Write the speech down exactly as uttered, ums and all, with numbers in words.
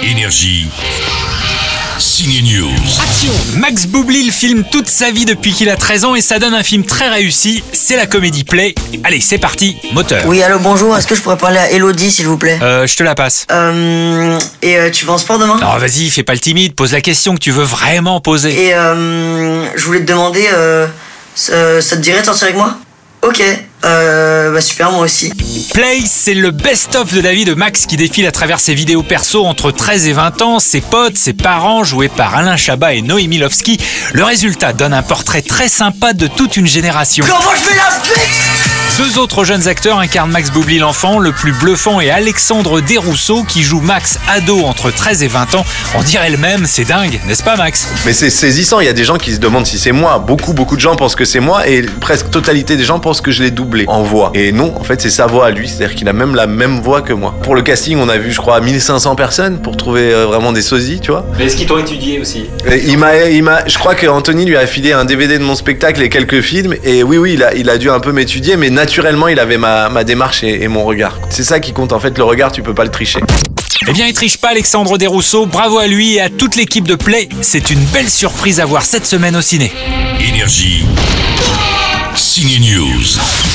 Énergie. Ciné News. Action. Max Boublil filme toute sa vie depuis qu'il a treize ans et ça donne un film très réussi. C'est la comédie Play. Allez, c'est parti, moteur. Oui, allô, bonjour. Est-ce que je pourrais parler à Elodie, s'il vous plaît? Euh, je te la passe. Euh... Et euh, tu vas en sport demain? Non, vas-y, fais pas le timide, pose la question que tu veux vraiment poser. Et euh... Je voulais te demander, euh... Ça, ça te dirait de sortir avec moi? Ok. Euh... Bah super, moi aussi. Play, c'est le best-of de la vie de Max qui défile à travers ses vidéos perso entre treize et vingt ans, ses potes, ses parents, joués par Alain Chabat et Noémie Lovski. Le résultat donne un portrait très sympa de toute une génération. Comment je fais la fête? Deux autres jeunes acteurs incarnent Max Boublil enfant, le plus bluffant est Alexandre Desrousseaux qui joue Max ado entre treize et vingt ans. On dirait le même, c'est dingue, n'est-ce pas Max? Mais c'est saisissant, il y a des gens qui se demandent si c'est moi. Beaucoup, beaucoup de gens pensent que c'est moi et presque totalité des gens pensent que je l'ai doublé en voix. Et non, en fait, c'est sa voix à lui, c'est-à-dire qu'il a même la même voix que moi. Pour le casting, on a vu, je crois, mille cinq cents personnes pour trouver euh, vraiment des sosies, tu vois. Mais est-ce qu'ils t'ont étudié aussi? Et il m'a, il m'a, je crois qu'Anthony lui a filé un D V D de mon spectacle et quelques films. Et oui, oui, il a, il a dû un peu m'étudier, mais naturellement, il avait ma, ma démarche et, et mon regard. C'est ça qui compte, en fait, le regard, tu peux pas le tricher. Eh bien, il triche pas Alexandre Desrousseaux, bravo à lui et à toute l'équipe de Play. C'est une belle surprise à voir cette semaine au ciné. Énergie. Ciné News.